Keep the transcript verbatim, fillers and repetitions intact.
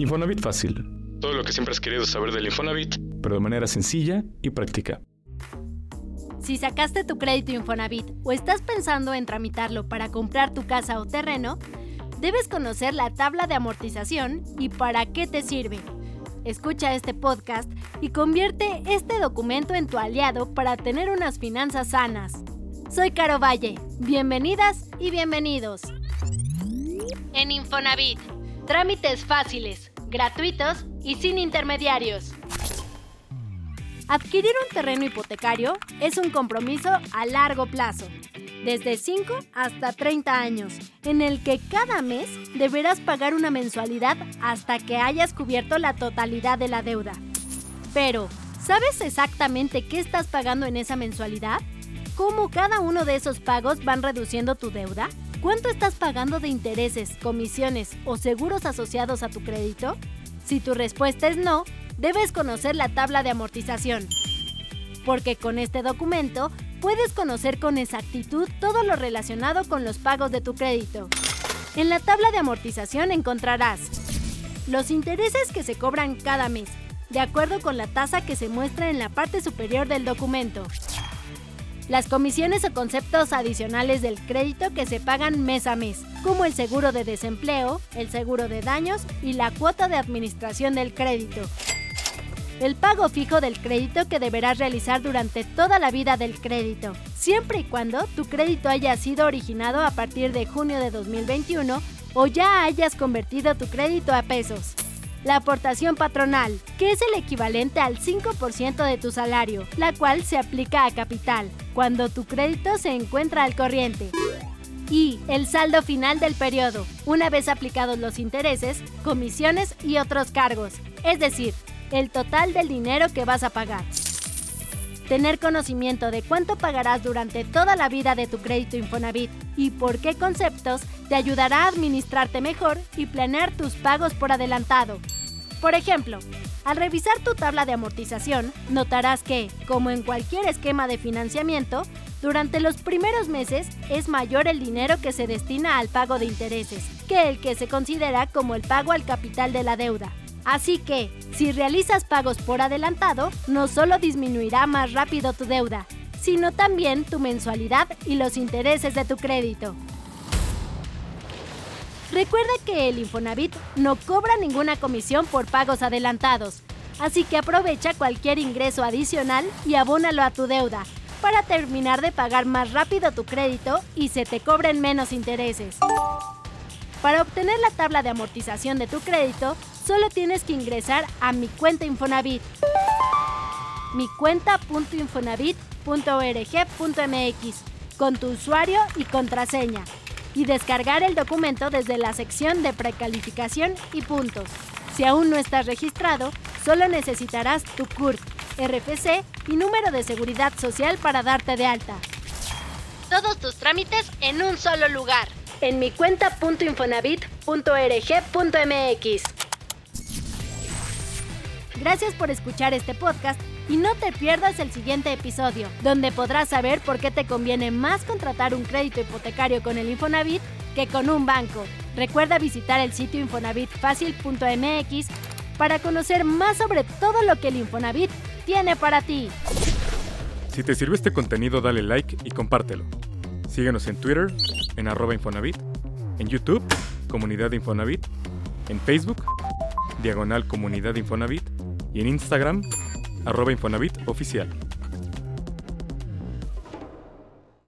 Infonavit Fácil. Todo lo que siempre has querido saber del Infonavit, pero de manera sencilla y práctica. Si sacaste tu crédito Infonavit o estás pensando en tramitarlo para comprar tu casa o terreno, debes conocer la tabla de amortización y para qué te sirve. Escucha este podcast y convierte este documento en tu aliado para tener unas finanzas sanas. Soy Caro Valle. Bienvenidas y bienvenidos. En Infonavit, trámites fáciles, gratuitos y sin intermediarios. Adquirir un terreno hipotecario es un compromiso a largo plazo, desde cinco hasta treinta años, en el que cada mes deberás pagar una mensualidad hasta que hayas cubierto la totalidad de la deuda. Pero, ¿sabes exactamente qué estás pagando en esa mensualidad? ¿Cómo cada uno de esos pagos van reduciendo tu deuda? ¿Cuánto estás pagando de intereses, comisiones o seguros asociados a tu crédito? Si tu respuesta es no, debes conocer la tabla de amortización, porque con este documento puedes conocer con exactitud todo lo relacionado con los pagos de tu crédito. En la tabla de amortización encontrarás los intereses que se cobran cada mes, de acuerdo con la tasa que se muestra en la parte superior del documento, las comisiones o conceptos adicionales del crédito que se pagan mes a mes, como el seguro de desempleo, el seguro de daños y la cuota de administración del crédito. El pago fijo del crédito que deberás realizar durante toda la vida del crédito, siempre y cuando tu crédito haya sido originado a partir de junio de dos mil veintiuno o ya hayas convertido tu crédito a pesos. La aportación patronal, que es el equivalente al cinco por ciento de tu salario, la cual se aplica a capital, cuando tu crédito se encuentra al corriente. Y el saldo final del periodo, una vez aplicados los intereses, comisiones y otros cargos, es decir, el total del dinero que vas a pagar. Tener conocimiento de cuánto pagarás durante toda la vida de tu crédito Infonavit y por qué conceptos te ayudará a administrarte mejor y planear tus pagos por adelantado. Por ejemplo, al revisar tu tabla de amortización, notarás que, como en cualquier esquema de financiamiento, durante los primeros meses es mayor el dinero que se destina al pago de intereses que el que se considera como el pago al capital de la deuda. Así que, si realizas pagos por adelantado, no solo disminuirá más rápido tu deuda, sino también tu mensualidad y los intereses de tu crédito. Recuerda que el Infonavit no cobra ninguna comisión por pagos adelantados, así que aprovecha cualquier ingreso adicional y abónalo a tu deuda, para terminar de pagar más rápido tu crédito y se te cobren menos intereses. Para obtener la tabla de amortización de tu crédito, solo tienes que ingresar a Mi Cuenta Infonavit, mi cuenta punto infonavit punto org punto m x, con tu usuario y contraseña, y descargar el documento desde la sección de precalificación y puntos. Si aún no estás registrado, solo necesitarás tu C U R P, R F C y número de seguridad social para darte de alta. Todos tus trámites en un solo lugar, en mi cuenta punto infonavit punto org punto m x. Gracias por escuchar este podcast y no te pierdas el siguiente episodio, donde podrás saber por qué te conviene más contratar un crédito hipotecario con el Infonavit que con un banco. Recuerda visitar el sitio infonavit fácil punto m x para conocer más sobre todo lo que el Infonavit tiene para ti. Si te sirvió este contenido, dale like y compártelo. Síguenos en Twitter, en arroba Infonavit, en YouTube, Comunidad Infonavit, en Facebook, Diagonal Comunidad Infonavit, y en Instagram, arroba Infonavit Oficial.